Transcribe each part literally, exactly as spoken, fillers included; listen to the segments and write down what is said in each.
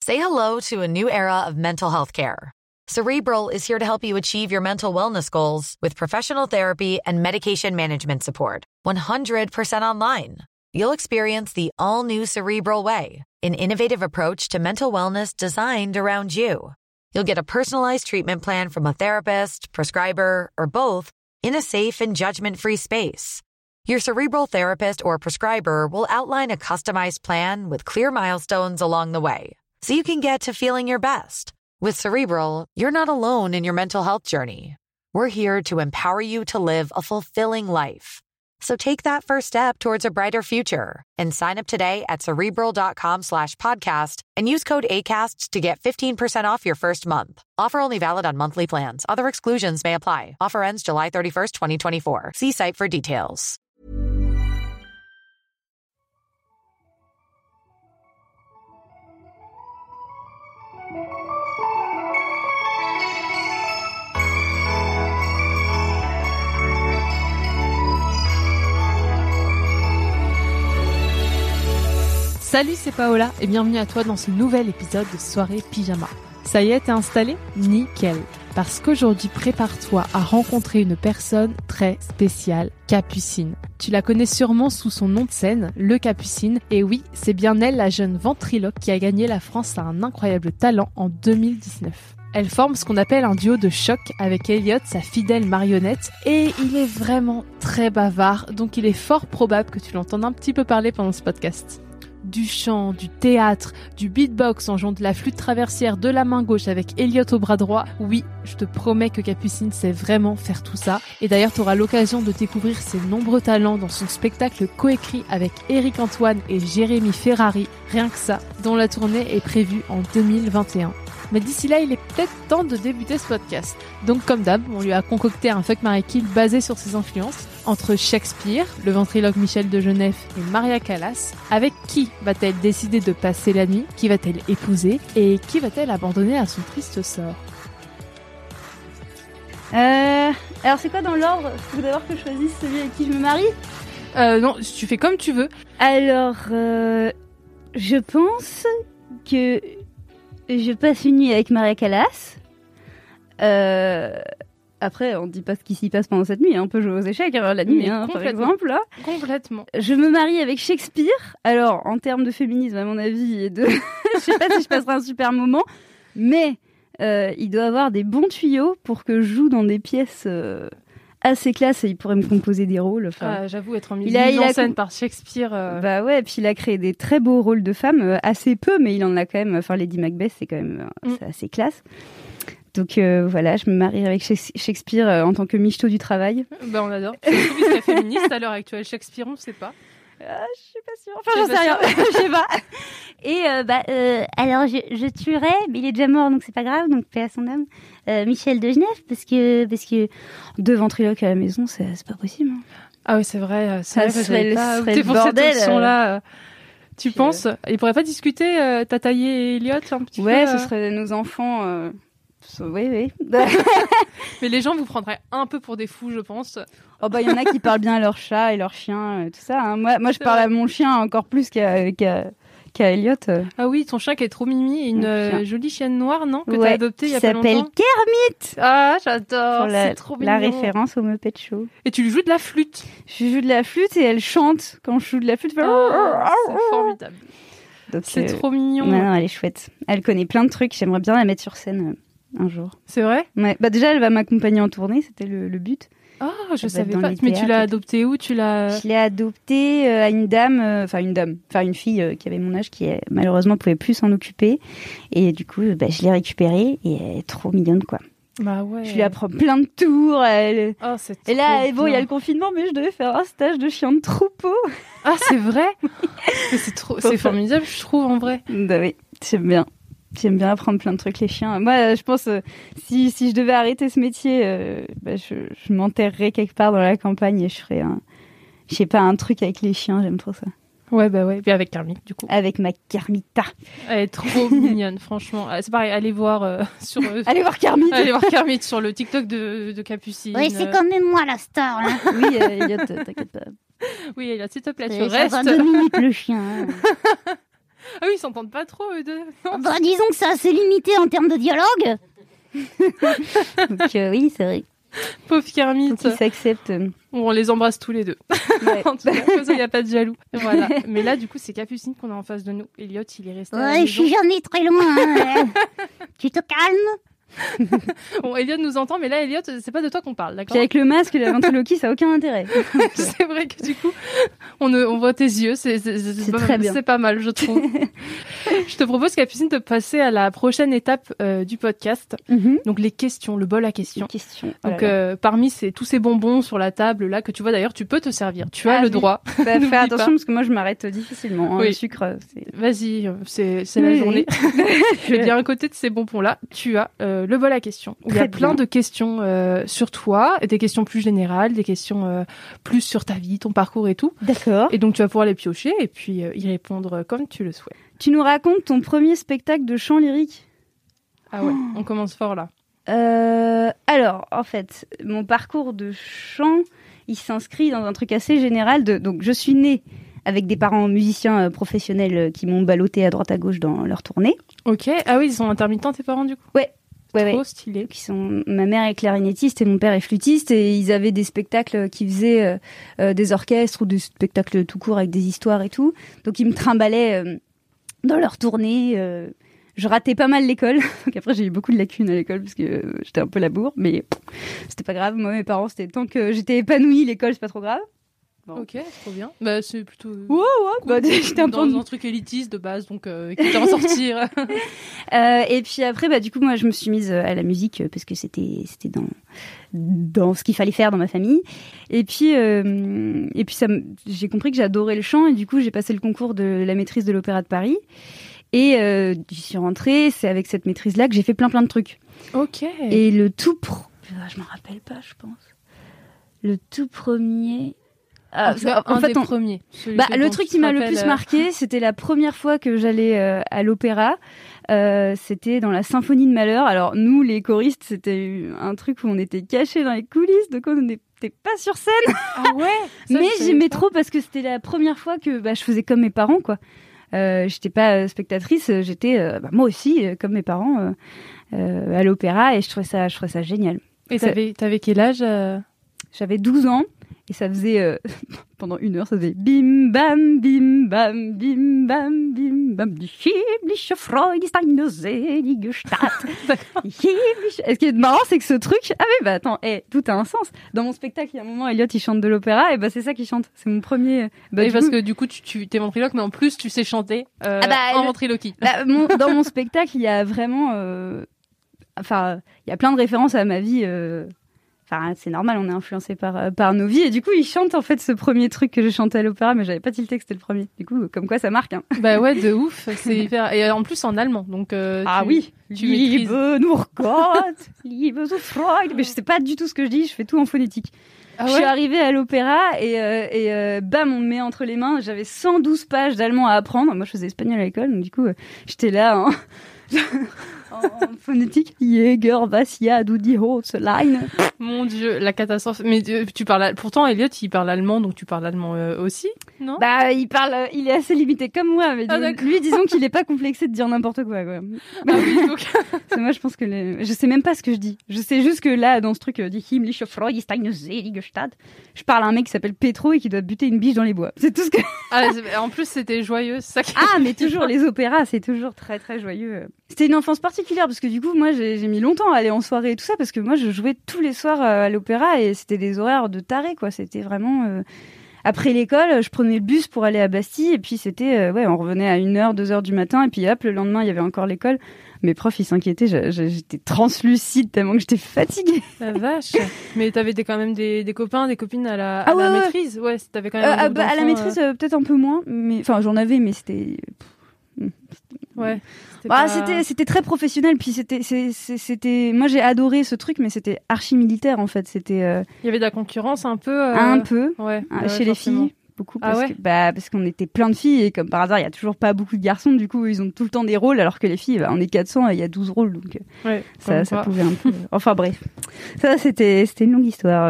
Say hello to a new era of mental health care. Cerebral is here to help you achieve your mental wellness goals with professional therapy and medication management support. one hundred percent online. You'll experience the all-new Cerebral Way, an innovative approach to mental wellness designed around you. You'll get a personalized treatment plan from a therapist, prescriber, or both in a safe and judgment-free space. Your Cerebral therapist or prescriber will outline a customized plan with clear milestones along the way, so you can get to feeling your best. With Cerebral, you're not alone in your mental health journey. We're here to empower you to live a fulfilling life. So take that first step towards a brighter future and sign up today at Cerebral.com slash podcast and use code ACAST to get fifteen percent off your first month. Offer only valid on monthly plans. Other exclusions may apply. Offer ends July thirty-first, twenty twenty-four. See site for details. Salut, c'est Paola et bienvenue à toi dans ce nouvel épisode de Soirée Pyjama. Ça y est, t'es installé ? Nickel. Parce qu'aujourd'hui, prépare-toi à rencontrer une personne très spéciale, Capucine. Tu la connais sûrement sous son nom de scène, le Capucine. Et oui, c'est bien elle, la jeune ventriloque qui a gagné la France à un incroyable talent en deux mille dix-neuf. Elle forme ce qu'on appelle un duo de choc avec Elliot, sa fidèle marionnette, et il est vraiment très bavard, donc il est fort probable que tu l'entendes un petit peu parler pendant ce podcast. Du chant, du théâtre, du beatbox en jouant de la flûte traversière de la main gauche avec Elliot au bras droit. Oui, je te promets que Capucine sait vraiment faire tout ça. Et d'ailleurs, tu auras l'occasion de découvrir ses nombreux talents dans son spectacle coécrit avec Éric Antoine et Jérémy Ferrari, rien que ça, dont la tournée est prévue en deux mille vingt et un. Mais d'ici là, il est peut-être temps de débuter ce podcast. Donc comme d'hab, on lui a concocté un Fuck, Marry, Kill basé sur ses influences. Entre Shakespeare, le ventriloque Michel de Genève et Maria Callas, avec qui va-t-elle décider de passer la nuit ? Qui va-t-elle épouser ? Et qui va-t-elle abandonner à son triste sort ? Euh, alors c'est quoi dans l'ordre ? Il faut d'abord que je choisisse celui avec qui je me marie ? Euh, non, tu fais comme tu veux. Alors, euh, je pense que je passe une nuit avec Maria Callas. Euh... Après, on ne dit pas ce qui s'y passe pendant cette nuit. Hein. On peut jouer aux échecs hein, la nuit, hein, par exemple. Là. Complètement. Je me marie avec Shakespeare. Alors, en termes de féminisme, à mon avis, et de... je sais pas si je passerai un super moment, mais euh, il doit avoir des bons tuyaux pour que je joue dans des pièces euh, assez classe et il pourrait me composer des rôles. Enfin, ah, j'avoue, être mise en comp... scène par Shakespeare. Euh... Bah ouais, et puis il a créé des très beaux rôles de femmes, euh, assez peu, mais il en a quand même. Enfin, Lady Macbeth, c'est quand même euh, mm. c'est assez classe. Donc euh, voilà, je me marie avec Shakespeare euh, en tant que michto du travail. Ben on adore. Surtout puisqu'elle est féministe à l'heure actuelle. Shakespeare, on ne sait pas. Euh, je suis pas sûre. Enfin, j'en sais rien. Je sais pas. Et euh, bah euh, alors je, je tuerais, mais il est déjà mort, donc c'est pas grave. Donc paix à son âme. Euh, Michel de Genève, parce que parce que deux ventriloques à la maison, c'est c'est pas possible. Hein. Ah oui, c'est vrai. C'est ça vrai serait, que pas serait le pour bordel. Cette option-là. Euh... Tu Puis, penses euh... Ils pourraient pas discuter, euh, Tataï et Elliot un petit ouais, peu. Ouais, ce serait nos enfants. Euh... Oui, oui. Mais les gens vous prendraient un peu pour des fous, je pense. Oh bah il y en a qui parlent bien à leur chat et leur chien, tout ça. Hein. Moi, moi je parle à mon chien encore plus qu'à, qu'à, qu'à Elliot. Ah oui, ton chien qui est trop mimi, une euh, jolie chienne noire, non, que ouais, t'as adoptée il y a pas longtemps. Qui s'appelle Kermit. Ah, j'adore. La, c'est trop mignon. La référence au Muppet Show. Et tu lui joues de la flûte. Je joue de la flûte et elle chante quand je joue de la flûte. Oh, c'est formidable. Donc, c'est euh, trop mignon. Non, non, elle est chouette. Elle connaît plein de trucs. J'aimerais bien la mettre sur scène. Un jour. C'est vrai ? Ouais. Bah déjà, elle va m'accompagner en tournée, c'était le, le but. Oh, je elle savais pas. Mais tu l'as adoptée où ? Tu l'as... Je l'ai adoptée euh, à une dame, enfin euh, une dame, enfin une fille euh, qui avait mon âge, qui euh, malheureusement pouvait plus s'en occuper. Et du coup, bah, je l'ai récupérée et elle est trop mignonne, quoi. Bah ouais. Je lui apprends plein de tours. Elle... Oh, c'est et là, trop bon, il y a le confinement, mais je devais faire un stage de chien de troupeau. Ah, c'est vrai ? Mais c'est trop, c'est formidable, je trouve en vrai. Bah oui, j'aime bien. J'aime bien apprendre plein de trucs, les chiens. Moi, je pense, euh, si, si je devais arrêter ce métier, euh, bah, je, je m'enterrerais quelque part dans la campagne et je ferais un, je sais pas, un truc avec les chiens. J'aime trop ça. Ouais, bah ouais. Puis avec Kermit, du coup. Avec ma Kermita. Elle est trop mignonne, franchement. C'est pareil, allez voir euh, sur... Euh, allez voir Kermit. Allez voir Kermit sur le TikTok de, de Capucine. Oui, c'est quand même moi la star, là. Oui, euh, Elliot, t'inquiète pas. Oui, Elliot, s'il te plaît, c'est, tu restes. Ça va deux minutes, le chien. Hein. Ah oui, ils s'entendent pas trop, eux deux. Non. Bah, disons que c'est assez limité en termes de dialogue. Donc euh, oui, c'est vrai. Pauvre Kermit. Faut qu'ils s'acceptent. Bon, on les embrasse tous les deux. Ouais. En tout cas, comme ça, il n'y a pas de jaloux. Voilà. Mais là, du coup, c'est Capucine qu'on a en face de nous. Elliot, il est resté à la Ouais, je maison. suis jamais très loin. hein. Tu te calmes. Bon, Elliot nous entend, mais là, Elliot, c'est pas de toi qu'on parle, d'accord? Puis avec le masque et la ventriloquie, ça a aucun intérêt. C'est vrai que du coup, on, on voit tes yeux, c'est, c'est, c'est, C'est pas, très bien. c'est pas mal, je trouve. Je te propose, Capucine, de passer à la prochaine étape euh, du podcast. Mm-hmm. Donc, les questions, le bol à questions. Question. Donc, euh, parmi ces, tous ces bonbons sur la table, là, que tu vois d'ailleurs, tu peux te servir. Tu as Ah le oui. droit. Bah, N'oublie fais attention pas. parce que moi je m'arrête difficilement. Hein. Oui. Le sucre, c'est. Vas-y, euh, c'est, c'est Oui, la oui. journée. Et bien, à côté de ces bonbons-là, tu as euh, le bol à questions. Où il y a Très plein bien. de questions euh, sur toi, et des questions plus générales, des questions euh, plus sur ta vie, ton parcours et tout. D'accord. Et donc, tu vas pouvoir les piocher et puis euh, y répondre comme tu le souhaites. Tu nous racontes ton premier spectacle de chant lyrique. Ah ouais, on commence fort là. Euh, alors, en fait, mon parcours de chant, il s'inscrit dans un truc assez général. De, donc, je suis née avec des parents musiciens euh, professionnels euh, qui m'ont ballotté à droite à gauche dans leur tournée. Ok, ah oui, ils sont intermittents tes parents du coup. Ouais, ouais. Trop stylé. Qui sont, ma mère est clarinettiste et mon père est flûtiste et ils avaient des spectacles qui faisaient euh, euh, des orchestres ou des spectacles tout court avec des histoires et tout. Donc ils me trimballaient euh, dans leur tournée. Euh, je ratais pas mal l'école. Donc après j'ai eu beaucoup de lacunes à l'école parce que euh, j'étais un peu la bourre, mais pff, c'était pas grave. Moi mes parents c'était tant que j'étais épanouie, l'école c'est pas trop grave. Bon. Ok, trop bien. Bah c'est plutôt. Ouais ouais. Bah, j'étais un peu dans un truc élitiste de base, donc euh, qui en sortir. Euh, et puis après, bah, du coup, moi, je me suis mise à la musique euh, parce que c'était, c'était dans, dans ce qu'il fallait faire dans ma famille. Et puis, euh, et puis ça, me- j'ai compris que j'adorais le chant et du coup, j'ai passé le concours de la maîtrise de l'Opéra de Paris. Et euh, j'y suis rentrée. C'est avec cette maîtrise-là que j'ai fait plein plein de trucs. Ok. Et le tout, pro... Ah, je m'en rappelle pas, je pense. Le tout premier. Ah, en tout cas, en un fait, des on- premiers. Celui bah, que- le dont truc tu qui te m'a le rappelles, plus euh, marqué, c'était la première fois que j'allais euh, à l'opéra. Euh, c'était dans la Symphonie de Malheur. Alors nous, les choristes, c'était un truc où on était cachés dans les coulisses, donc on n'était pas sur scène. Ah ouais. Ça, Mais je savais j'aimais pas. trop parce que c'était la première fois que bah, je faisais comme mes parents, quoi. Euh, j'étais pas euh, spectatrice, j'étais euh, bah, moi aussi euh, comme mes parents euh, euh, à l'opéra et je trouvais ça, je trouvais ça génial. Et t'avais, t'avais quel âge euh J'avais douze ans et ça faisait euh, pendant une heure, ça faisait bim bam bim bam bim bam bim bam die himmlische Freude ist eine selige Stadt. Die himmlische- Et ce qui est marrant, c'est que ce truc, ah oui, bah attends, eh, tout a un sens. Dans mon spectacle, il y a un moment, Elliot il chante de l'opéra et bah c'est ça qu'il chante. C'est mon premier. Bah, Et du parce coup, que du coup, tu, tu t'es ventriloque, mais en plus, tu sais chanter euh, Ah bah, en le- ventriloquie. bah, mon- dans mon spectacle, il y a vraiment, euh, enfin, il y a plein de références à ma vie. euh, Enfin, c'est normal, on est influencé par, euh, par nos vies. Et du coup, il chante en fait ce premier truc que j'ai chanté à l'opéra, mais j'avais pas tilté que c'était le premier. Du coup, comme quoi ça marque. Hein. Bah ouais, de ouf. C'est hyper. Et en plus en allemand, donc. euh, Ah tu- oui, tu Liebe maîtrises. nur Gott, Liebe zur Freude. Mais je sais pas du tout ce que je dis, je fais tout en phonétique. Ah Je ouais. suis arrivée à l'opéra et, euh, et euh, bam, on me met entre les mains. J'avais cent douze pages d'allemand à apprendre. Moi, je faisais espagnol à l'école, donc du coup, euh, j'étais là en, en, en phonétique. Jäger, was ja, du die Holzleine. Mon Dieu, la catastrophe. Mais euh, tu parles. Pourtant, Elliot, il parle allemand, donc tu parles allemand euh, aussi, non? Bah, il parle, euh, il est assez limité comme moi, mais Ah, dis- d'accord. lui, disons qu'il est pas complexé de dire n'importe quoi, quoi. Ah oui, donc. Parce que moi, je pense que les... je sais même pas ce que je dis. Je sais juste que là, dans ce truc, euh, die himmlische Freude ist eine selige Stadt, je parle à un mec qui s'appelle Petro et qui doit buter une biche dans les bois. C'est tout ce que. Ah, c'est- en plus, c'était joyeux, c'est ça qui. Ah, mais toujours les opéras, c'est toujours très très joyeux. C'était une enfance particulière parce que du coup, moi, j'ai j'ai mis longtemps à aller en soirée et tout ça parce que moi, je jouais tous les soirs euh, à l'opéra et c'était des horaires de taré, quoi. C'était vraiment. euh, Après l'école, je prenais le bus pour aller à Bastille et puis c'était, euh, ouais, on revenait à une heure, deux heures du matin et puis hop, le lendemain, il y avait encore l'école. Mes profs, ils s'inquiétaient, je- je- j'étais translucide tellement que j'étais fatiguée. La vache. Mais t'avais des, quand même des, des copains, des copines à la, à Ah ouais, la ouais. maîtrise. Ouais, t'avais quand Euh, même. un à, groupe bah, à la d'enfants, maîtrise, euh, peut-être un peu moins, mais enfin, j'en avais, mais c'était. euh, Ouais. C'était Bah, pas- c'était c'était très professionnel puis c'était c'est- c'est- c'était moi j'ai adoré ce truc mais c'était archi militaire en fait c'était euh, Il y avait de la concurrence un peu. euh, un peu Ouais. hein, ouais, chez les forcément. filles beaucoup Ah parce ouais que bah parce qu'on était plein de filles et comme par hasard il y a toujours pas beaucoup de garçons du coup ils ont tout le temps des rôles alors que les filles bah, on est quatre cents et il y a douze rôles donc euh, Ouais. ça comme ça quoi. pouvait un peu enfin bref ça c'était c'était une longue histoire euh.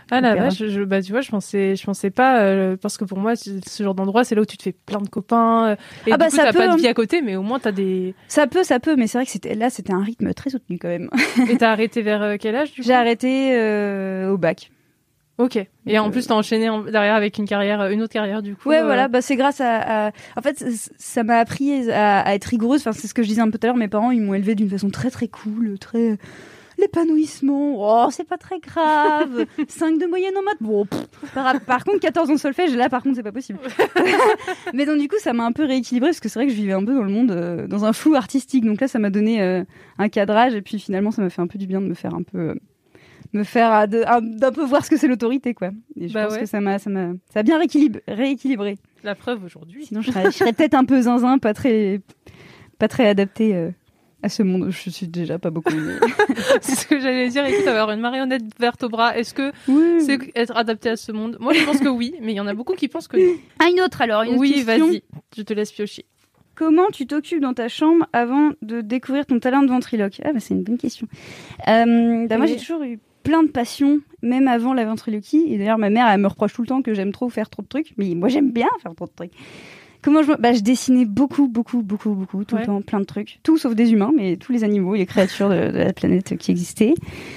Ah la Opéra. vache, je, bah tu vois, je pensais, je pensais pas, euh, parce que pour moi, ce ce genre d'endroit, c'est là où tu te fais plein de copains, euh, et Ah du bah, coup, ça t'as peut, pas hein. de vie à côté, mais au moins t'as des. Ça peut, ça peut, mais c'est vrai que c'était là, c'était un rythme très soutenu quand même. Et t'as arrêté vers euh, quel âge du coup? J'ai arrêté euh, au bac. Ok. Et en Euh, plus, t'as enchaîné en- derrière avec une carrière, euh, une autre carrière du coup. Ouais, euh, voilà, bah c'est grâce à, à- en fait, c- ça m'a appris à, à être rigoureuse. Enfin, c'est ce que je disais un peu tout à l'heure. Mes parents, ils m'ont élevée d'une façon très très cool, très l'épanouissement. Oh, c'est pas très grave. cinq de moyenne en maths. Bon, pff. par, par contre, quatorze en solfège, là, par contre, c'est pas possible. Mais donc, du coup, ça m'a un peu rééquilibré parce que c'est vrai que je vivais un peu dans le monde, euh, dans un flou artistique. Donc là, ça m'a donné euh, un cadrage et puis finalement, ça m'a fait un peu du bien de me faire un peu. Euh, me faire à de- à- d'un peu voir ce que c'est l'autorité, quoi. Et je Bah pense ouais. que ça m'a ça m'a ça a bien rééquilibré, rééquilibré. La preuve aujourd'hui. Sinon je serais, je serais peut-être un peu zinzin, pas très pas très adapté euh, à ce monde. Je suis déjà pas beaucoup. Mais... C'est ce que j'allais dire. Écoute, avoir une marionnette verte au bras, est-ce que oui. c'est être adapté à ce monde? Moi, je pense que oui, mais il y en a beaucoup qui pensent que non. Ah, une autre alors, une autre Oui, question. vas-y, je te laisse piocher. Comment tu t'occupes dans ta chambre avant de découvrir ton talent de ventriloque? Ah bah c'est une bonne question. Euh, bah, moi Oui. j'ai toujours eu plein de passion, même avant la ventriloquie. Et d'ailleurs ma mère elle me reproche tout le temps que j'aime trop faire trop de trucs, mais moi j'aime bien faire trop de trucs. Comment je, bah, je dessinais beaucoup, beaucoup, beaucoup, beaucoup, tout Ouais. le temps, plein de trucs. Tout sauf des humains, mais tous les animaux et les créatures de, de la planète qui existaient.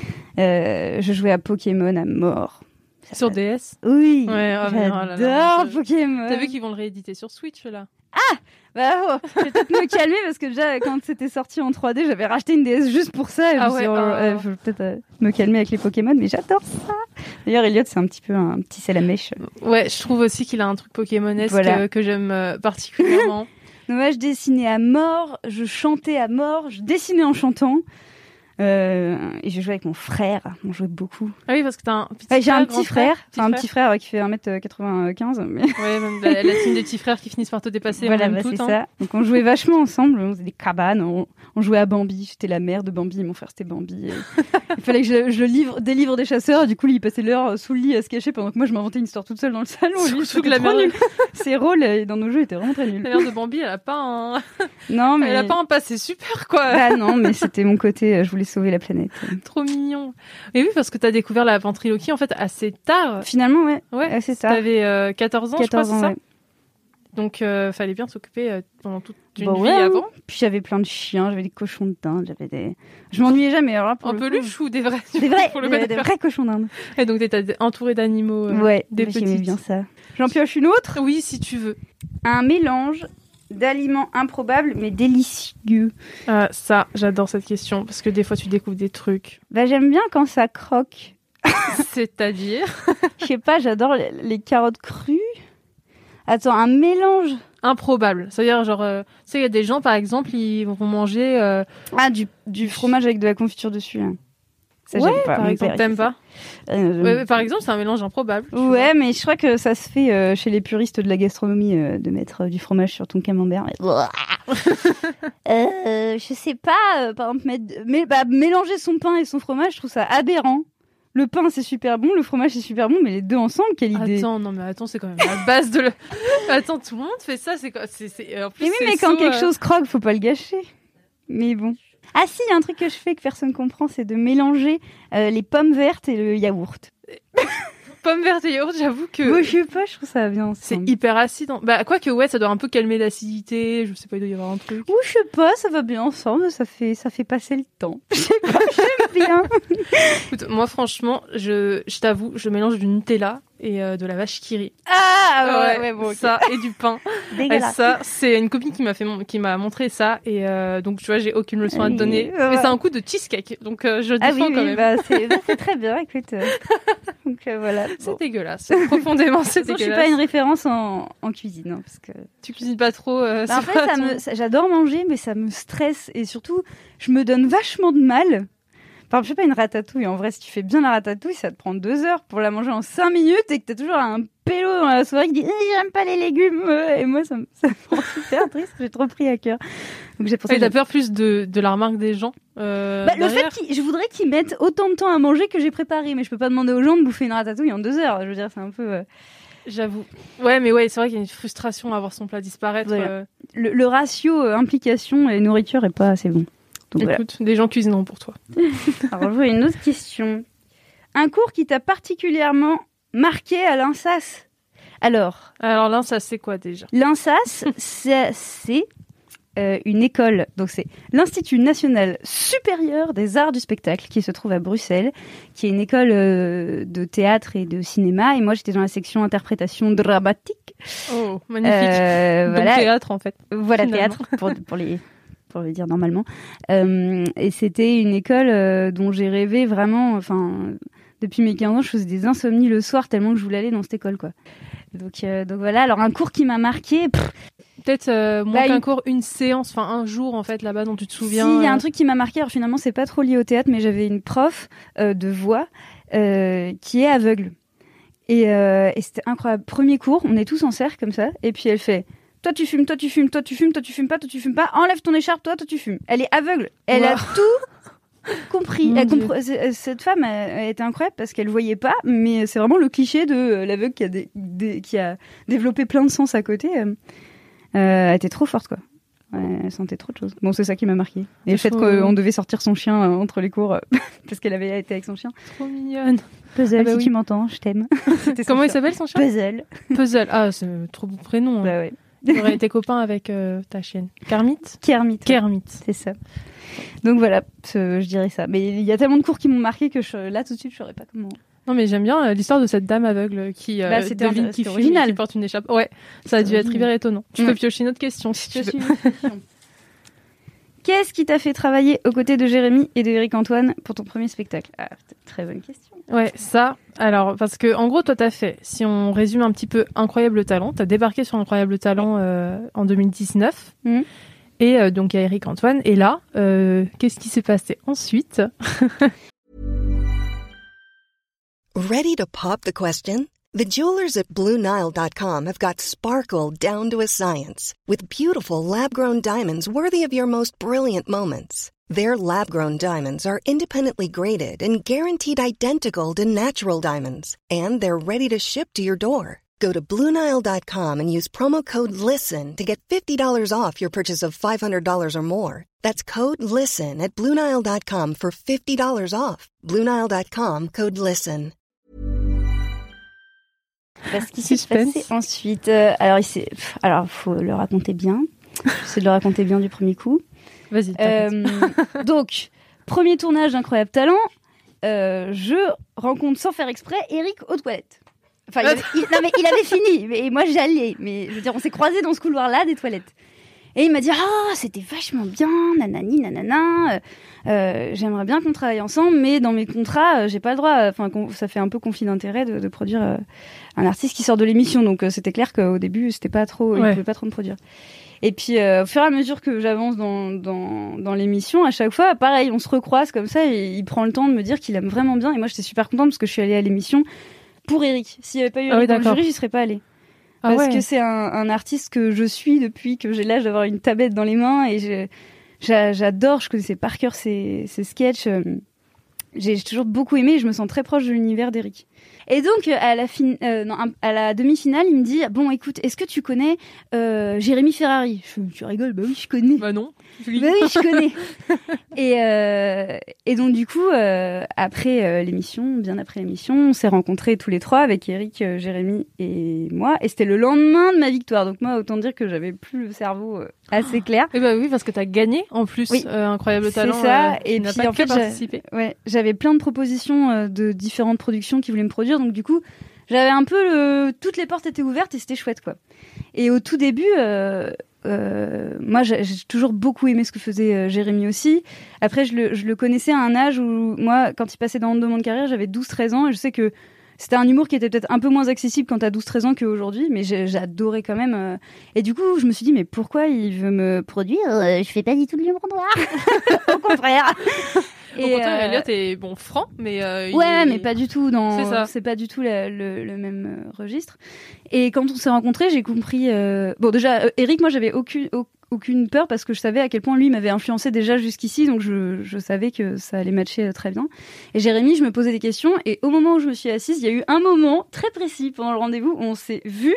Euh, je jouais à Pokémon à mort. Ça- Sur D S. Oui, Ouais, oh, mais oh là là, j'adore mon Dieu. Pokémon. T'as vu qu'ils vont le rééditer sur Switch là? Bah, oh, je vais peut-être me calmer parce que déjà, quand c'était sorti en trois D, j'avais racheté une D S juste pour ça. Et je Ah me suis dit, ouais, oh, oh. euh, faut peut-être euh, me calmer avec les Pokémon, mais j'adore ça. D'ailleurs, Elliot, c'est un petit peu un petit salamèche. Ouais, je trouve aussi qu'il a un truc Pokémonesque Voilà. euh, que j'aime euh, particulièrement. Donc, moi, je dessinais à mort, je chantais à mort, je dessinais en chantant. Euh, et je jouais avec mon frère, on jouait beaucoup. Ah oui, parce que t'as un petit Ouais, j'ai frère, un grand petit frère, petit enfin, un frère. petit frère euh, qui fait un mètre quatre-vingt-quinze. Mais... Ouais, même la, la team des petits frères qui finissent par te dépasser. Voilà, on aime bah, tout, c'est hein. ça. Donc on jouait vachement ensemble, on faisait des cabanes, on, on jouait à Bambi, j'étais la mère de Bambi, mon frère c'était Bambi. Et il fallait que je, je le livre, délivre des chasseurs, et du coup lui, il passait l'heure sous le lit à se cacher pendant que moi je m'inventais une histoire toute seule dans le salon. Lui, Surtout c'était que la trop mère- nul. Ses rôles euh, dans nos jeux étaient vraiment très nuls. La mère de Bambi, elle a pas un, Non mais elle a pas un passé super quoi. bah non, mais c'était mon côté, euh, je voulais sauver la planète. Trop mignon. Mais oui, parce que t'as découvert la ventriloquie en fait assez tard. Finalement, ouais, Ouais, assez tard. T'avais euh, quatorze ans, je crois, quatorze c'est ans, ça. ouais. Donc, euh, fallait bien s'occuper euh, pendant toute une Bah vie ouais, avant. Puis j'avais plein de chiens, j'avais des cochons de dinde, j'avais des. Je m'ennuyais jamais. Alors là, pour Un le coup, peluche ou des vrais Des vrais, pour le des, coup, des d'accord. vrais cochons d'Inde. Et donc, t'étais entouré d'animaux. euh, Ouais, des j'aimais petites. bien ça. J'en pioche une autre. Oui, si tu veux. Un mélange d'aliments improbables mais délicieux. Ah, ça, j'adore cette question parce que des fois, tu découvres des trucs. Bah j'aime bien quand ça croque. C'est-à-dire Je sais pas, j'adore les, les carottes crues. Attends, un mélange. improbable. C'est-à-dire, genre, euh, tu sais, il y a des gens, par exemple, ils vont manger. euh, Ah, du, du fromage avec de la confiture dessus. Là. Ça, ouais, j'aime pas. par Mon exemple, père, t'aimes il pas fait ça. Euh, ouais, ouais, par exemple, c'est un mélange improbable. tu vois. Ouais, mais je crois que ça se fait euh, chez les puristes de la gastronomie euh, de mettre euh, du fromage sur ton camembert. euh, je sais pas, euh, par exemple, mettre, mais, bah, mélanger son pain et son fromage, je trouve ça aberrant. Le pain, c'est super bon, le fromage, c'est super bon, mais les deux ensemble, quelle idée. Attends, non, mais attends, c'est quand même la base de le. Attends, tout le monde fait ça, c'est quoi c'est, c'est... En plus, Mais oui, c'est mais quand so, quelque euh, chose croque, faut pas le gâcher. Mais bon. Ah si, il y a un truc que je fais que personne comprend, c'est de mélanger euh, les pommes vertes et le yaourt. Pomme verte et yaourt, j'avoue que. Moi, je sais pas, je trouve ça bien C'est ensemble. hyper acide. hein. Bah, quoique, ouais, ça doit un peu calmer l'acidité. Je sais pas, il doit y avoir un truc. Ou je sais pas, ça va bien ensemble, ça fait, ça fait passer le temps. Je sais pas, j'aime bien. Écoute, moi, franchement, je, je t'avoue, je mélange du Nutella et euh, de la vache qui rit. Ah ouais, ouais, bon, ok. Ça et du pain. Et Dégueulasse. ça, c'est une copine qui m'a fait, mon- qui m'a montré ça. Et euh, donc, tu vois, j'ai aucune leçon Ah à te oui, donner. ouais. Mais c'est un coup de cheesecake. Donc, euh, je le Ah défends oui, quand oui, même. bah, c'est, bah, c'est très bien, écoute. euh. Donc euh, voilà. C'est Bon. dégueulasse. Profondément, c'est De toute façon, je suis dégueulasse. pas une référence en, en cuisine, hein, parce que. Tu cuisines pas trop. Euh, Bah, en c'est fait, pas ça ton- me, ça- j'adore manger, mais ça me stresse et surtout, je me donne vachement de mal. Par exemple, je sais pas, une ratatouille. En vrai, si tu fais bien la ratatouille, ça te prend deux heures pour la manger en cinq minutes et que t'as toujours un pélo dans la soirée qui dit eh, j'aime pas les légumes. Et moi, ça me, ça me rend super triste. J'ai trop pris à cœur. Donc j'ai pour ça Et que t'as peur plus de, de la remarque des gens euh, Bah, le fait derrière qu'ils, je voudrais qu'ils mettent autant de temps à manger que j'ai préparé, mais je peux pas demander aux gens de bouffer une ratatouille en deux heures. Je veux dire, c'est un peu euh, J'avoue. Ouais, mais ouais, c'est vrai qu'il y a une frustration à voir son plat disparaître. Voilà. euh. le, le ratio euh, implication et nourriture est pas assez bon. Donc voilà. Écoute, des gens cuisineront pour toi. Alors, je vois une autre question. Un cours qui t'a particulièrement marqué à l'INSAS. Alors, Alors là, ça c'est quoi déjà? l'INSAS, c'est, c'est euh, une école, donc c'est l'Institut National Supérieur des Arts du Spectacle, qui se trouve à Bruxelles, qui est une école euh, de théâtre et de cinéma. Et moi, j'étais dans la section interprétation dramatique. Oh, magnifique. Euh, Donc voilà, théâtre en fait. voilà finalement. théâtre pour, pour les pour le dire normalement. Euh, et c'était une école euh, dont j'ai rêvé vraiment. Enfin, depuis mes quinze ans, je faisais des insomnies le soir tellement que je voulais aller dans cette école, quoi. Donc, euh, donc voilà. Alors un cours qui m'a marqué. Pff, Peut-être euh, moins Bah, qu'un une- cours, une séance, enfin un jour en fait là-bas dont tu te souviens. Si, il y a un euh, truc qui m'a marqué. Alors finalement, c'est pas trop lié au théâtre, mais j'avais une prof euh, de voix euh, qui est aveugle. Et, euh, et c'était incroyable. Premier cours, on est tous en cercle comme ça, et puis elle fait toi tu fumes, toi tu fumes, toi tu fumes, toi tu fumes pas, toi tu fumes pas, enlève ton écharpe, toi, toi tu fumes. Elle est aveugle. Elle a Wow. tout compris. Mon Elle Dieu. compre- c'est- Cette femme, elle, elle était incroyable parce qu'elle voyait pas, mais c'est vraiment le cliché de euh, l'aveugle qui a, des- des- qui a développé plein de sens à côté. Euh, euh, elle était trop forte, quoi. Ouais, elle sentait trop de choses. Bon, c'est ça qui m'a marqué. Et le fait Trop- qu'on devait sortir son chien euh, entre les cours euh, parce qu'elle avait été avec son chien. Trop mignonne. Puzzle, Ah bah si oui. tu m'entends, je t'aime. C'était son Comment il chien. s'appelle son chien? Puzzle. Puzzle. Ah, c'est un trop bon prénom. Hein. Bah ouais. J'aurais été copain avec euh, ta chienne. Kermit. Kermit. Kermit. C'est ça. Donc voilà, ce- je dirais ça. Mais il y a tellement de cours qui m'ont marqué que je, là tout de suite je saurais pas comment. Non mais j'aime bien euh, l'histoire de cette dame aveugle qui euh, Bah, c'était devine un- qui c'était fume et original. qui porte une écharpe. Ouais, ça a C'était dû être original. hyper étonnant. Tu Ouais. peux piocher une autre question si tu Je veux. suis une question. Qu'est-ce qui t'a fait travailler aux côtés de Jérémy et de Eric Antoine pour ton premier spectacle? Ah, très bonne question. Ouais, ça. Alors, parce que en gros, toi, t'as fait, si on résume un petit peu Incroyable Talent, t'as débarqué sur Incroyable Talent euh, en deux mille dix-neuf. Mhm. Et euh, donc, il y a Eric Antoine. Et là, euh, qu'est-ce qui s'est passé ensuite? Ready to pop the question? The jewelers at Blue Nile dot com have got sparkle down to a science with beautiful lab-grown diamonds worthy of your most brilliant moments. Their lab-grown diamonds are independently graded and guaranteed identical to natural diamonds, and they're ready to ship to your door. Go to Blue Nile dot com and use promo code LISTEN to get fifty dollars off your purchase of five hundred dollars or more. That's code LISTEN at Blue Nile dot com for fifty dollars off. Blue Nile dot com, code LISTEN. Parce qu'il s'est Suspense. passé ensuite. euh, alors il s'est. pff, Alors faut le raconter bien. J'essaie de le raconter bien du premier coup. Vas-y. t'inquiète. Euh, donc premier tournage d'Incroyable Talent. euh, je rencontre sans faire exprès Eric aux toilettes. Enfin, il avait, il- non, mais il avait fini, mais moi j'allais. Mais je veux dire, on s'est croisés dans ce couloir-là des toilettes. Et il m'a dit ah c'était vachement bien, nanani nanana. Euh, euh, j'aimerais bien qu'on travaille ensemble, mais dans mes contrats, euh, j'ai pas le droit. Enfin, qu'on- ça fait un peu conflit d'intérêt de, de produire euh, un artiste qui sort de l'émission. Donc euh, c'était clair qu'au début c'était pas trop, il Ouais. pouvait pas trop me produire. Et puis euh, au fur et à mesure que j'avance dans dans dans l'émission, à chaque fois, pareil, on se recroise comme ça et il prend le temps de me dire qu'il aime vraiment bien. Et moi j'étais super contente parce que je suis allée à l'émission pour Eric. S'il y avait pas eu Ah oui, Eric dans le d'accord. jury, j'y serais pas allée. Ah Parce ouais. que c'est un, un artiste que je suis depuis que j'ai l'âge d'avoir une tablette dans les mains et je, j'a- j'adore, je connaissais par cœur ses, ses sketchs. euh, J'ai j'ai toujours beaucoup aimé et je me sens très proche de l'univers d'Eric. Et donc, euh, à la, fin, euh, non, à la demi-finale, il me dit « Bon, écoute, est-ce que tu connais euh, Jérémy Ferrari ?» Je fais « Tu rigoles, bah oui, je connais. » Bah non. Bah oui, je connais. et, euh, et donc, du coup, euh, après euh, l'émission, bien après l'émission, on s'est rencontrés tous les trois avec Eric, euh, Jérémy et moi. Et c'était le lendemain de ma victoire. Donc, moi, autant dire que j'avais plus le cerveau euh, assez clair. Et bah oui, parce que t'as gagné en plus. Oui. euh, Incroyable C'est Talent. ça. euh, tu Et n'as puis, pas en que fait, j'ai- participé. Ouais, j'avais plein de propositions euh, de différentes productions qui voulaient me produire. Donc, du coup, j'avais un peu le... toutes les portes étaient ouvertes et c'était chouette, quoi. Et au tout début, euh, euh, moi, j'ai, j'ai toujours beaucoup aimé ce que faisait euh, Jérémy aussi. Après, je le, je le connaissais à un âge où, moi, quand il passait dans Honte de Monde Carrière, j'avais douze treize ans et je sais que c'était un humour qui était peut-être un peu moins accessible quand t'as douze treize ans qu'aujourd'hui, mais j'ai, j'adorais quand même. euh. Et du coup, je me suis dit, mais pourquoi il veut me produire Euh, je fais pas du tout de l'humour noir. Au contraire. Au contraire, euh, Elliot est bon franc, mais euh, Ouais, il- mais pas du tout dans. C'est ça. C'est pas du tout la- le, le même euh, registre. Et quand on s'est rencontrés, j'ai compris. euh, Bon, déjà, euh, Eric, moi, j'avais aucune au- aucune peur parce que je savais à quel point lui m'avait influencé déjà jusqu'ici, donc je, je savais que ça allait matcher euh, très bien. Et Jérémy, je me posais des questions, et au moment où je me suis assise, il y a eu un moment très précis pendant le rendez-vous où on s'est vus,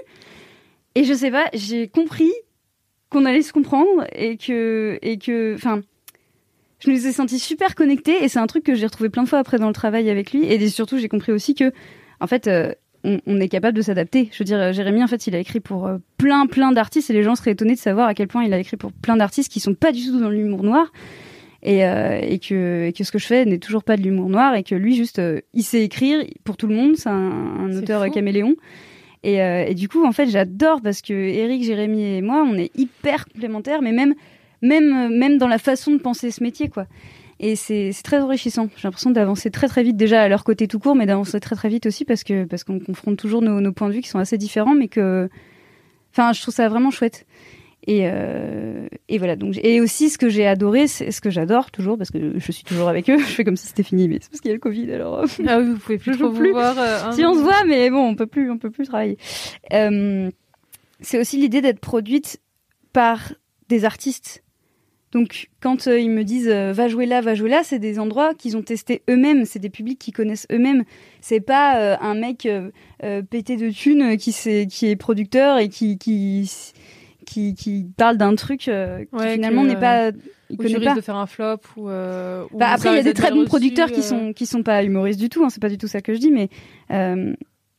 et je sais pas, j'ai compris qu'on allait se comprendre et que et que, enfin. je nous ai sentis super connectés et c'est un truc que j'ai retrouvé plein de fois après dans le travail avec lui. Et surtout, j'ai compris aussi que, en fait, euh, on, on est capable de s'adapter. Je veux dire, Jérémy, en fait, il a écrit pour euh, plein, plein d'artistes et les gens seraient étonnés de savoir à quel point il a écrit pour plein d'artistes qui sont pas du tout dans l'humour noir. Et, euh, et, que, et que ce que je fais n'est toujours pas de l'humour noir et que lui, juste, euh, il sait écrire pour tout le monde. C'est un, un C'est auteur fou. caméléon. Et, euh, et du coup, en fait, j'adore parce que Eric, Jérémy et moi, on est hyper complémentaires, mais même, même, même dans la façon de penser ce métier, quoi. Et c'est, c'est très enrichissant. J'ai l'impression d'avancer très très vite déjà à leur côté tout court, mais d'avancer très très vite aussi parce que parce qu'on confronte toujours nos, nos points de vue qui sont assez différents, mais que, enfin, je trouve ça vraiment chouette. Et, euh, et voilà. Donc, et aussi, ce que j'ai adoré, c'est ce que j'adore toujours, parce que je suis toujours avec eux. Je fais comme si c'était fini, mais c'est parce qu'il y a le Covid, alors. euh, Ah oui, vous pouvez plus Je trop joue vous plus. voir. euh, un si on se moment. voit, mais bon, on peut plus, on peut plus travailler. Euh, c'est aussi l'idée d'être produite par des artistes. Donc, quand euh, ils me disent euh, va jouer là, va jouer là, c'est des endroits qu'ils ont testés eux-mêmes, c'est des publics qu'ils connaissent eux-mêmes. C'est pas euh, un mec euh, euh, pété de thunes qui, sait, qui est producteur et qui qui qui, qui parle d'un truc euh, qui Ouais, finalement que, n'est pas, il Ou tu connaît risques pas. de faire un flop ou. Euh, ou Bah, après, ça il y a risque des d'être très bien bons reçu, producteurs qui euh. sont qui sont pas humoristes du tout. Hein, c'est pas du tout ça que je dis, mais euh,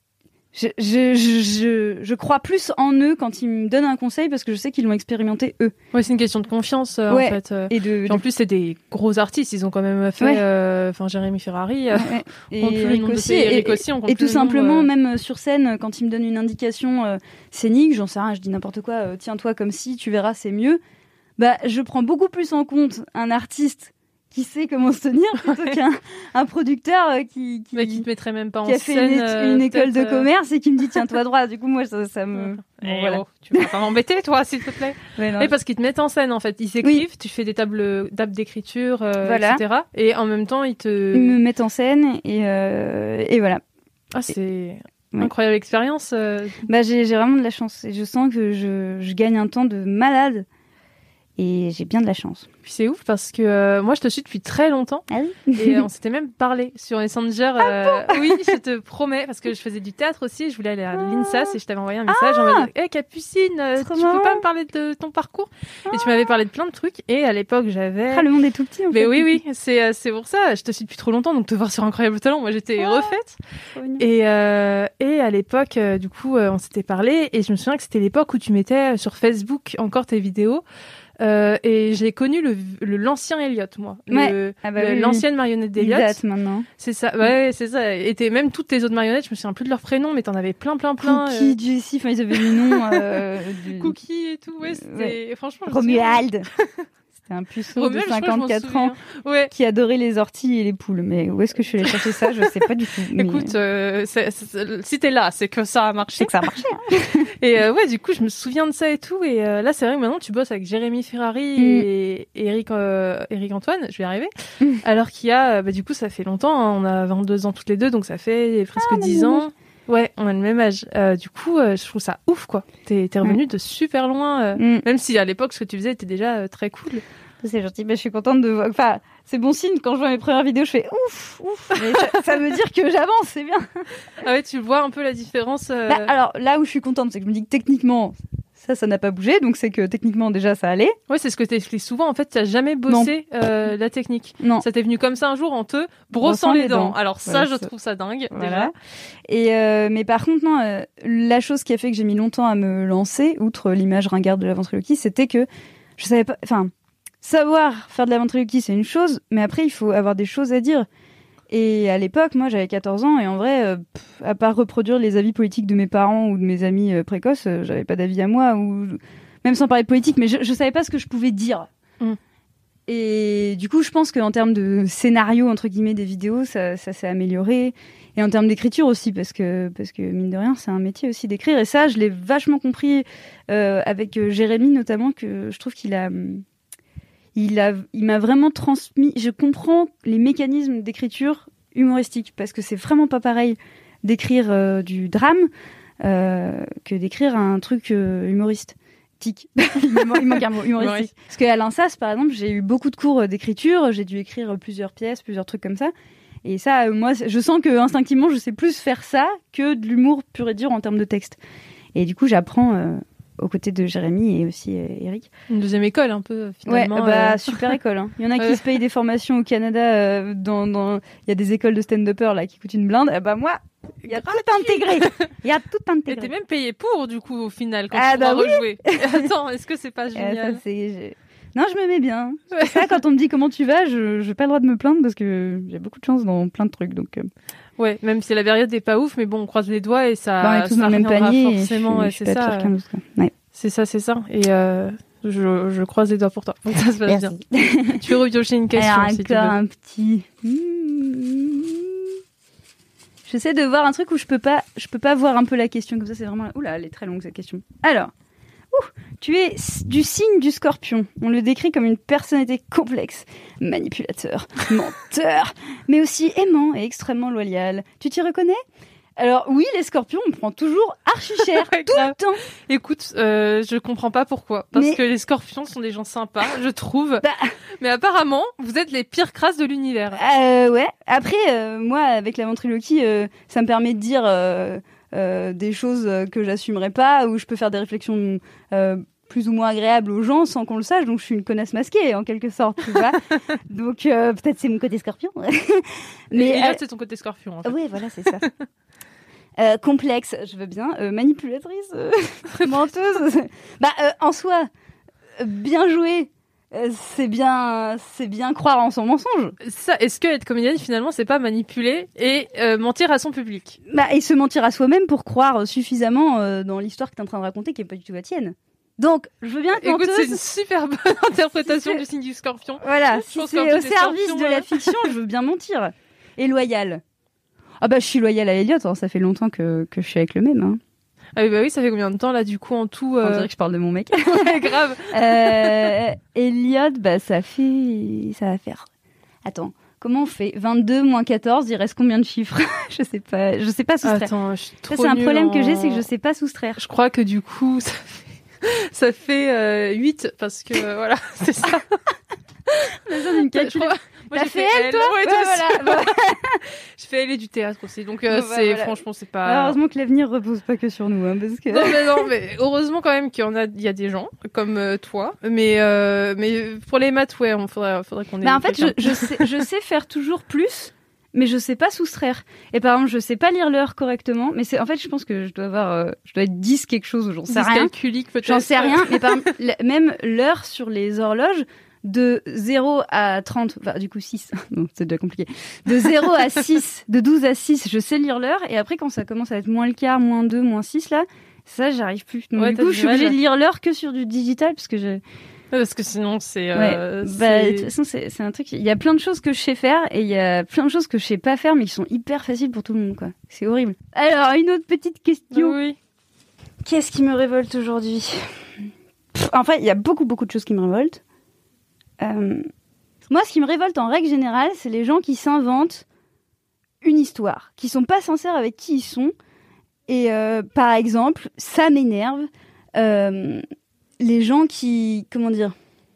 je, je, je, je, je crois plus en eux quand ils me donnent un conseil parce que je sais qu'ils l'ont expérimenté eux. Ouais, c'est une question de confiance euh, Ouais. en fait. euh. Et de, Puis en de- plus, c'est des gros artistes. Ils ont quand même fait. Ouais. euh, Enfin, Jérémy Ferrari. euh, ouais. on compte Et plus le Eric nombre de aussi, pays. et, Eric aussi, on compte et plus tout le nombre, simplement, euh. même euh, sur scène, quand ils me donnent une indication euh, scénique, j'en sais rien, je dis n'importe quoi, euh, tiens-toi comme si, tu verras, c'est mieux. Bah, je prends beaucoup plus en compte un artiste qui sait comment se tenir plutôt qu'un un producteur euh, qui, qui, Mais qui te mettrait même pas en qui a fait scène. une, é- euh, une école de peut-être, euh. commerce et qui me dit tiens-toi droit. Du coup, moi, ça, ça me... Eh Bon, voilà. oh, tu vas pas m'embêter, toi, s'il te plaît. Ouais, non, Et parce qu'ils te mettent en scène, en fait. Ils écrivent, tu fais des tables, tables d'écriture, euh, Voilà. et cetera. Et en même temps, ils te. Ils me mettent en scène et, euh, et voilà. Ah, c'est Ouais. incroyable expérience. euh. Bah, j'ai, j'ai vraiment de la chance et je sens que je, je gagne un temps de malade et j'ai bien de la chance. Puis c'est ouf parce que euh, moi, je te suis depuis très longtemps. Ah oui. Et euh, on s'était même parlé sur Messenger. Euh, oui, je te promets, parce que je faisais du théâtre aussi. Je voulais aller à l'INSAS et je t'avais envoyé un message en mode Hé Capucine, euh, Trop tu marrant. peux pas me parler de ton parcours? Et tu m'avais parlé de plein de trucs. Et à l'époque, j'avais. Ah, le monde est tout petit en Mais fait. oui, oui, c'est, euh, c'est pour ça. Je te suis depuis trop longtemps, donc te voir sur Incroyable Talent, moi j'étais Ah. refaite. Trop mignon. Et, euh, et à l'époque, euh, du coup, euh, on s'était parlé et je me souviens que c'était l'époque où tu mettais sur Facebook encore tes vidéos. Euh, et j'ai connu le, le l'ancien Elliot, moi. Ouais. Le, Ah bah le- oui, oui. l'ancienne marionnette Il d'Elliot. date maintenant. C'est ça, ouais, ouais, c'est ça. Et t'es- même toutes tes autres marionnettes, je me souviens plus de leurs prénoms, mais t'en avais plein, plein, plein. Cookie, euh, Jessie, enfin ils avaient le nom. Euh, du... Cookie et tout, ouais, c'était, franchement. je me Romuald. C'était un puceau souviens- de Romuald, je crois que je m'en cinquante-quatre ans souviens. Ouais. qui adorait les orties et les poules. Mais où est-ce que je suis allée chercher ça? Je sais pas du tout. Mais Écoute, euh, c'est- c'est- si t'es là, c'est que ça a je marché. sais que ça a marché. Et euh, ouais, du coup, je me souviens de ça et tout. Et euh, là, c'est vrai que maintenant, tu bosses avec Jérémy Ferrari Mm. et Eric, euh, Eric Antoine, je vais y arriver. Mm. Alors qu'il y a, euh, bah, du coup, ça fait longtemps, hein, on a vingt-deux ans toutes les deux, donc ça fait presque on a le dix même ans. Ouais, on a le même âge. Euh, du coup, euh, je trouve ça ouf, quoi. T'es, t'es revenu de super loin, euh, Mm. même si à l'époque, ce que tu faisais était déjà euh, très cool. C'est gentil. Bah, je suis contente de voir. Enfin, c'est bon signe quand je vois mes premières vidéos. Je fais ouf, ouf. Mais ça, ça veut dire que j'avance, c'est bien. Ah ouais, tu vois un peu la différence. euh, Bah, alors là où je suis contente, c'est que je me dis que techniquement, ça, ça n'a pas bougé. Donc c'est que techniquement déjà, ça allait. Ouais, c'est ce que t'expliques souvent. En fait, t'as jamais bossé euh, la technique. Non. Ça t'est venu comme ça un jour en te brossant, Brossant les les dents. dents. Alors ça, Voilà, je ça- trouve ça dingue. Voilà. Et euh, mais par contre, non, euh, la chose qui a fait que j'ai mis longtemps à me lancer, outre l'image ringarde de la ventriloquie, c'était que je savais pas. Enfin, savoir faire de la ventriloquie, c'est une chose, mais après, il faut avoir des choses à dire. Et à l'époque, moi, j'avais quatorze ans, et en vrai, euh, pff, à part reproduire les avis politiques de mes parents ou de mes amis euh, précoces, euh, j'avais pas d'avis à moi, ou même sans parler de politique, mais je, je savais pas ce que je pouvais dire. Mm. Et du coup, je pense qu'en termes de scénario, entre guillemets, des vidéos, ça, ça s'est amélioré. Et en termes d'écriture aussi, parce que, parce que mine de rien, c'est un métier aussi d'écrire. Et ça, je l'ai vachement compris euh, avec euh, Jérémy, notamment, que je trouve qu'il a... Il, a, il m'a vraiment transmis... Je comprends les mécanismes d'écriture humoristique, parce que c'est vraiment pas pareil d'écrire euh, du drame euh, que d'écrire un truc euh, humoristique. il, me manque, il manque un mot, humoristique. Parce qu'à l'INSAS, par exemple, j'ai eu beaucoup de cours d'écriture, j'ai dû écrire plusieurs pièces, plusieurs trucs comme ça. Et ça, euh, moi, je sens que instinctivement, je sais plus faire ça que de l'humour pur et dur en termes de texte. Et du coup, j'apprends... Euh, aux côtés de Jérémy et aussi euh, Eric. Une deuxième école, un peu, finalement. Ouais, bah, euh... super école. Hein. Il y en a qui Ouais. se payent des formations au Canada. Euh, dans, dans... Il y a des écoles de stand-uppers là, qui coûtent une blinde. Eh bah, moi, il y a tout intégré. Il y a tout Et intégré. t'es même payé pour, du coup, au final, quand Ah, tu pourras bah oui. rejouer. Attends, est-ce que c'est pas Euh, génial? ça, c'est... je- Non, je me mets bien. C'est ça, quand on me dit comment tu vas, je n'ai pas le droit de me plaindre parce que j'ai beaucoup de chance dans plein de trucs. Donc, euh... Ouais, même si la période n'est pas ouf, mais bon, on croise les doigts et ça. bah, on est tous ça dans le même reviendra panier. Et forcément, je ouais, suis, je c'est suis pas ça. pire qu'un autre, quoi. Ouais. C'est ça, c'est ça. Et euh, je, je croise les doigts pour toi. Donc ça se passe Merci. bien. Tu veux repiocher une question Alors, si tu veux. encore un petit. Mmh. J'essaie de voir un truc où je peux pas, je peux pas voir un peu la question comme ça. C'est vraiment. Oula, elle est très longue cette question. Alors, ouh, tu es du signe du Scorpion. On le décrit comme une personnalité complexe, manipulateur, menteur, mais aussi aimant et extrêmement loyal. Tu t'y reconnais? Alors oui, les Scorpions, on prend toujours archi cher Ouais, tout grave. le temps. Écoute, euh, je comprends pas pourquoi. Parce Mais- que les scorpions sont des gens sympas, je trouve. Bah. Mais apparemment, vous êtes les pires crasses de l'univers. Euh, ouais. Après, euh, moi, avec la ventriloquie, euh, ça me permet de dire euh, euh, des choses euh, que j'assumerais pas, où je peux faire des réflexions euh, plus ou moins agréables aux gens sans qu'on le sache. Donc, je suis une connasse masquée, en quelque sorte, tu vois. Donc, euh, peut-être c'est mon côté Scorpion. Mais et là, euh, c'est ton côté scorpion. En fait. oui, voilà, c'est ça. Euh, complexe, je veux bien. Euh, manipulatrice, euh, menteuse. Bah, euh, en soi, euh, bien joué. Euh, c'est bien, c'est bien croire en son mensonge. Ça, est-ce que être comédienne, finalement, c'est pas manipuler et euh, mentir à son public? Bah, et se mentir à soi-même pour croire suffisamment euh, dans l'histoire que t'es en train de raconter, qui est pas du tout la tienne. Donc, je veux bien que Écoute, menteuse- c'est une super bonne interprétation du signe du scorpion. Voilà, Je si pense c'est qu'en au plus, les service scorpions, de la euh, fiction, je veux bien mentir. Et loyal. Ah bah, je suis loyale à Elliot, hein, ça fait longtemps que, que je suis avec le même. Hein. Ah oui, bah oui, ça fait combien de temps, là, du coup, en tout On euh... dirait que je parle de mon mec. Ouais, grave. euh, Elliot, bah, ça fait... Ça va faire... Attends, comment on fait vingt-deux moins quatorze, il reste combien de chiffres? Je sais pas, je sais pas soustraire. Attends, je suis trop Ça, c'est un nulle problème en- que j'ai, c'est que je sais pas soustraire. Je crois que du coup, ça fait, ça fait euh, huit, parce que euh, voilà, c'est ça. Besoin d'une Je calculatrice. crois- Moi, T'as j'ai fait elle, L. toi? Ouais, Ouais, toi voilà. aussi. Je fais L et du théâtre aussi, donc euh, Bon, bah, c'est voilà. franchement c'est Bah, pas. heureusement que l'avenir repose pas que sur nous, hein, parce que... Non mais non, mais heureusement quand même qu'il y en a, il y a des gens comme euh, toi, mais euh, mais pour les maths, ouais, on faudrait, faudrait qu'on ait. Bah, en fait, je, quelqu'un. je, sais, je sais faire toujours plus, mais je sais pas soustraire. Et par exemple, je sais pas lire l'heure correctement, mais c'est en fait, je pense que je dois avoir, euh, je dois être dix quelque chose, ou j'en sais rien. Dyscalculique peut-être. J'en sais rien, mais par exemple, la- même l'heure sur les horloges, de zéro à trente, enfin, du coup six, non, c'est déjà compliqué. De zéro à six, de douze à six, je sais lire l'heure, et après, quand ça commence à être moins le quart, moins deux, moins six, là, ça, j'arrive plus. Donc, Ouais, du t'as coup, du je suis mal. obligée de lire l'heure que sur du digital, parce que je, Ouais, parce que sinon c'est. ouais, Euh, bah, de c'est- toute façon, c'est, c'est un truc, il y a plein de choses que je sais faire, et il y a plein de choses que je sais pas faire, mais qui sont hyper faciles pour tout le monde, quoi. C'est horrible. Alors, une autre petite question. Oui. Qu'est-ce qui me révolte aujourd'hui? Pff, En fait, il y a beaucoup, beaucoup de choses qui me révoltent. Euh, moi, ce qui me révolte en règle générale, c'est les gens qui s'inventent une histoire, qui sont pas sincères avec qui ils sont. Et euh, par exemple, ça m'énerve, euh, les gens qui, comment dire,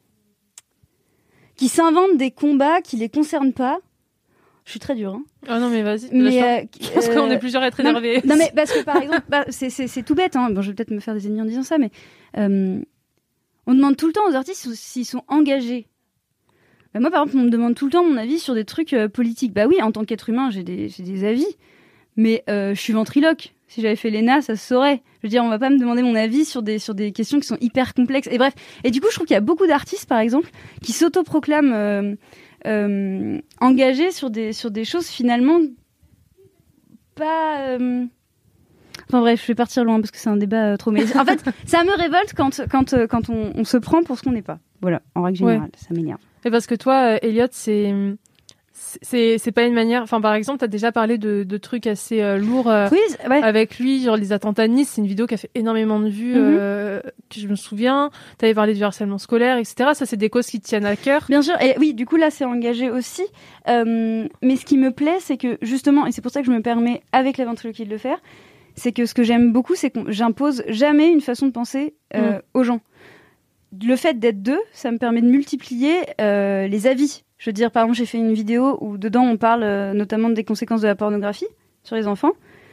qui s'inventent des combats qui les concernent pas. Je suis très dure, hein. Ah non mais vas-y. Mais lâche-toi. euh, Je pense qu'on euh, est plusieurs à être non, énervés. Non mais parce que par exemple, bah, c'est, c'est, c'est tout bête, hein. Bon, je vais peut-être me faire des ennemis en disant ça, mais euh, on demande tout le temps aux artistes s'ils sont engagés. Bah, moi par exemple, on me demande tout le temps mon avis sur des trucs euh, politiques. Bah oui, en tant qu'être humain, j'ai des, j'ai des avis, mais euh, je suis ventriloque. Si j'avais fait l'E N A, ça se saurait. Je veux dire, on va pas me demander mon avis sur des, sur des questions qui sont hyper complexes. Et bref, et du coup, je trouve qu'il y a beaucoup d'artistes, par exemple, qui s'autoproclament euh, euh, engagés sur des, sur des choses finalement pas... euh, Enfin bref, je vais partir loin parce que c'est un débat euh, trop... Mais en fait, ça me révolte quand, quand, euh, quand on, on se prend pour ce qu'on n'est pas. Voilà, en règle générale, Ouais. ça m'énerve. Et parce que toi, euh, Elliot, c'est c'est c'est pas une manière. Enfin, par exemple, t'as déjà parlé de, de trucs assez euh, lourds euh, Oui, ouais. avec lui, genre les attentats de Nice. C'est une vidéo qui a fait énormément de vues, Mhm. euh, que je me souviens. T'avais parlé du harcèlement scolaire, et cetera. Ça, c'est des causes qui te tiennent à cœur. Bien sûr, et oui, du coup là c'est engagé aussi. Euh, mais ce qui me plaît, c'est que justement, et c'est pour ça que je me permets avec la ventriloquie de le faire, c'est que ce que j'aime beaucoup, c'est que j'impose jamais une façon de penser euh, Mm. aux gens. Le fait d'être deux, ça me permet de multiplier euh, les avis. Je veux dire, par exemple, j'ai fait une vidéo où dedans on parle euh, notamment des conséquences de la pornographie sur les enfants.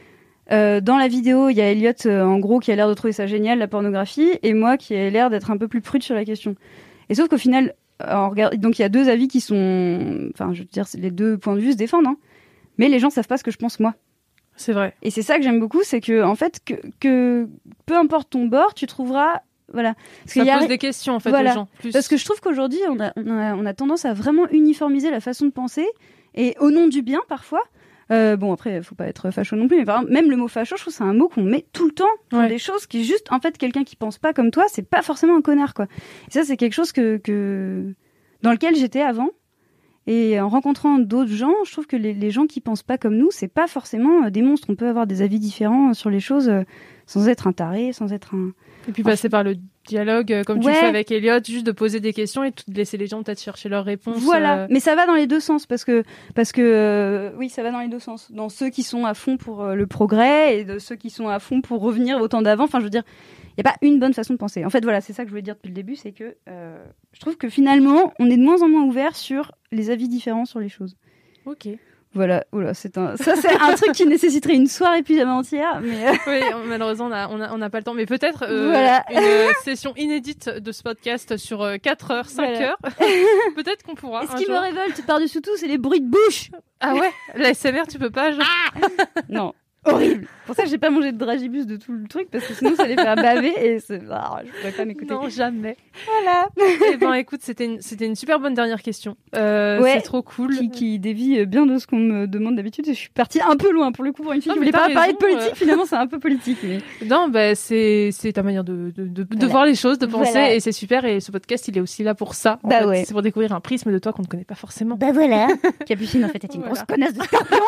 Euh, dans la vidéo, il y a Elliot, euh, en gros, qui a l'air de trouver ça génial, la pornographie, et moi qui ai l'air d'être un peu plus prude sur la question. Et sauf qu'au final, en regard... donc il y a deux avis qui sont... Enfin, je veux dire, les deux points de vue se défendent, hein. Mais les gens savent pas ce que je pense, moi. C'est vrai. Et c'est ça que j'aime beaucoup, c'est que, en fait, que, que peu importe ton bord, tu trouveras... Voilà. Parce ça qu'il y a... pose des questions, en fait, voilà. aux gens. Plus. Parce que je trouve qu'aujourd'hui, on a, on, a, on a tendance à vraiment uniformiser la façon de penser, et au nom du bien, parfois... Euh, bon, après, faut pas être facho non plus, mais par exemple, même le mot facho, je trouve que c'est un mot qu'on met tout le temps pour ouais. des choses qui, juste, en fait, quelqu'un qui pense pas comme toi, c'est pas forcément un connard, quoi. Et ça, c'est quelque chose que, que, dans lequel j'étais avant. Et en rencontrant d'autres gens, je trouve que les, les gens qui pensent pas comme nous, c'est pas forcément des monstres. On peut avoir des avis différents sur les choses euh, sans être un taré, sans être un... Et puis passer par le dialogue, euh, comme ouais. tu le fais avec Elliot, juste de poser des questions et de laisser les gens peut-être chercher leurs réponses. Voilà, euh... mais ça va dans les deux sens, parce que, parce que euh, oui, ça va dans les deux sens. Dans ceux qui sont à fond pour euh, le progrès et de ceux qui sont à fond pour revenir au temps d'avant. Enfin, je veux dire, il n'y a pas une bonne façon de penser. En fait, voilà, c'est ça que je voulais dire depuis le début, c'est que euh, je trouve que finalement, on est de moins en moins ouvert sur les avis différents sur les choses. Ok. Voilà, oula, c'est un, ça c'est un truc qui nécessiterait une soirée pyjama entière, mais... Oui, malheureusement, on n'a on a, on a pas le temps, mais peut-être euh, voilà. une session inédite de ce podcast sur euh, quatre heures, cinq voilà. heures, peut-être qu'on pourra. Et ce qui jour. me révolte par-dessus tout, c'est les bruits de bouche. Ah ouais, l'A S M R, tu peux pas genre... ah non, horrible. Pour ça que j'ai pas mangé de dragibus de tout le truc, parce que sinon ça les fait baver et c'est... Ah, je pourrais pas m'écouter. Non, jamais. Voilà. Eh ben écoute, c'était une, c'était une super bonne dernière question. Euh, ouais, c'est trop cool. Qui, qui dévie bien de ce qu'on me demande d'habitude. Et je suis partie un peu loin pour le coup pour une fille non, qui voulait pas raison, parler de politique. euh... Finalement, c'est un peu politique. Mais... Non, bah, c'est, c'est ta manière de, de, de, voilà. de voir les choses, de penser, voilà. Et c'est super. Et ce podcast, il est aussi là pour ça. En bah fait. ouais. C'est pour découvrir un prisme de toi qu'on ne connaît pas forcément. Bah voilà. Capucine, en fait, est une voilà. grosse connasse de scorpion.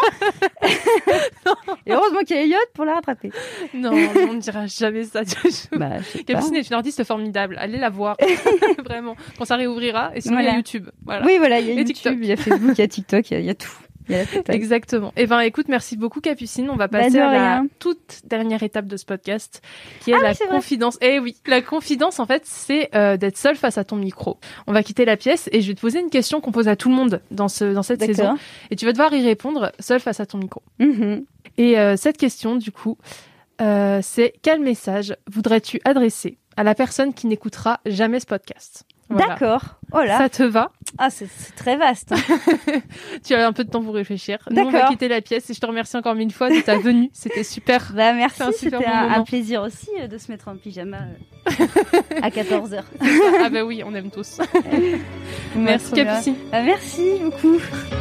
Et heureusement qu'il y a Elliot pour la rattraper. Non, on ne dira jamais ça. Bah, Capucine est une artiste formidable. Allez la voir. Vraiment. Quand ça réouvrira. Et sinon, voilà. il y a YouTube. Voilà. Oui, voilà, il y a et YouTube, TikTok. il y a Facebook, il y a TikTok, il y a, il y a tout. Il y a la Exactement. Eh ben, écoute, merci beaucoup, Capucine. On va passer bah, à la rien. toute dernière étape de ce podcast, qui est ah, la oui, confidence. Vrai. Eh oui, la confidence, en fait, c'est euh, d'être seule face à ton micro. On va quitter la pièce et je vais te poser une question qu'on pose à tout le monde dans ce dans cette D'accord. saison, et tu vas devoir y répondre seule face à ton micro. Mm-hmm. Et euh, cette question, du coup, euh, c'est quel message voudrais-tu adresser à la personne qui n'écoutera jamais ce podcast? Voilà. D'accord. Oh là. Ça te va? Ah, c'est, c'est très vaste. Hein. Tu as un peu de temps pour réfléchir. D'accord. Nous, on va quitter la pièce et je te remercie encore mille fois de ta venue. C'était super. Bah, merci. Un C'était bon un, un moment. plaisir aussi euh, de se mettre en pyjama euh, à quatorze heures. Ah bah oui, on aime tous. Merci Capucine. Bah, merci beaucoup.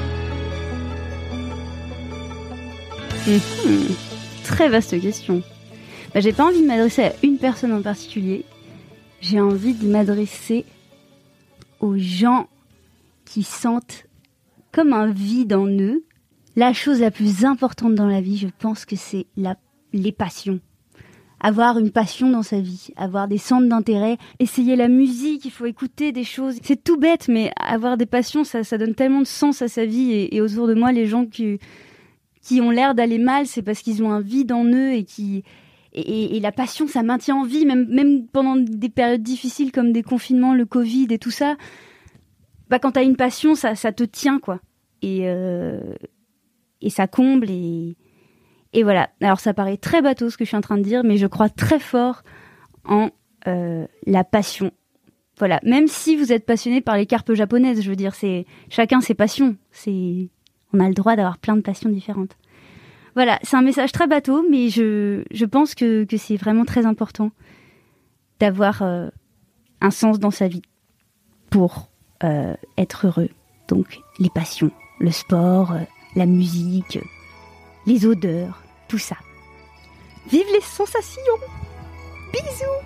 Mmh. Très vaste question. Bah, j'ai pas envie de m'adresser à une personne en particulier. J'ai envie de m'adresser aux gens qui sentent comme un vide en eux. La chose la plus importante dans la vie, je pense que c'est la, les passions. Avoir une passion dans sa vie, avoir des centres d'intérêt, essayer la musique, il faut écouter des choses. C'est tout bête, mais avoir des passions, ça, ça donne tellement de sens à sa vie. Et, et autour de moi, les gens qui, qui ont l'air d'aller mal, c'est parce qu'ils ont un vide en eux et qui... Et, et la passion, ça maintient en vie, même, même pendant des périodes difficiles comme des confinements, le Covid et tout ça. Bah, quand t'as une passion, ça, ça te tient, quoi. Et, euh, et ça comble. Et, et voilà. Alors, ça paraît très bateau ce que je suis en train de dire, mais je crois très fort en euh, la passion. Voilà. Même si vous êtes passionné par les carpes japonaises, je veux dire, c'est chacun ses passions. C'est, on a le droit d'avoir plein de passions différentes. Voilà, c'est un message très bateau, mais je, je pense que, que c'est vraiment très important d'avoir euh, un sens dans sa vie pour euh, être heureux. Donc, les passions, le sport, euh, la musique, les odeurs, tout ça. Vive les sensations! Bisous!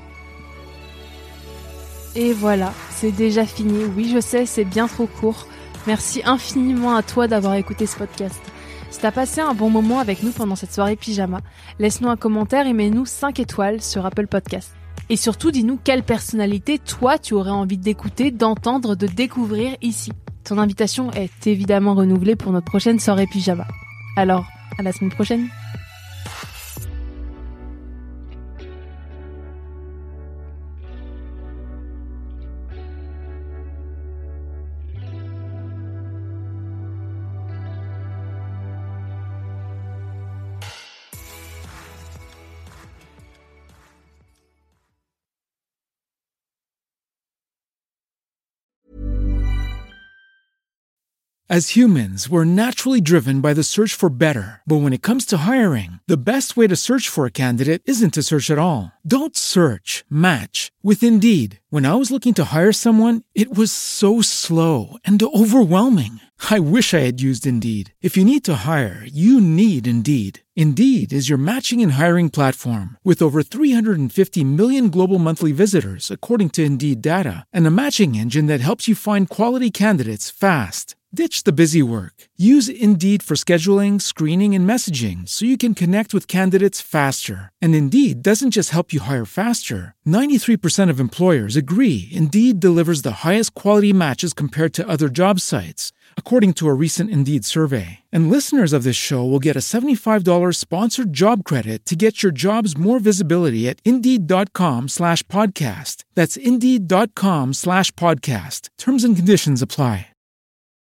Et voilà, c'est déjà fini. Oui, je sais, c'est bien trop court. Merci infiniment à toi d'avoir écouté ce podcast. Si t'as passé un bon moment avec nous pendant cette soirée pyjama, laisse-nous un commentaire et mets-nous cinq étoiles sur Apple Podcast. Et surtout, dis-nous quelle personnalité, toi, tu aurais envie d'écouter, d'entendre, de découvrir ici. Ton invitation est évidemment renouvelée pour notre prochaine soirée pyjama. Alors, à la semaine prochaine. As humans, we're naturally driven by the search for better. But when it comes to hiring, the best way to search for a candidate isn't to search at all. Don't search, match with Indeed. When I was looking to hire someone, it was so slow and overwhelming. I wish I had used Indeed. If you need to hire, you need Indeed. Indeed is your matching and hiring platform with over three hundred fifty million global monthly visitors, according to Indeed data, and a matching engine that helps you find quality candidates fast. Ditch the busy work. Use Indeed for scheduling, screening, and messaging so you can connect with candidates faster. And Indeed doesn't just help you hire faster. ninety-three percent of employers agree Indeed delivers the highest quality matches compared to other job sites, according to a recent Indeed survey. And listeners of this show will get a seventy-five dollars sponsored job credit to get your jobs more visibility at Indeed.com slash podcast. That's Indeed.com slash podcast. Terms and conditions apply.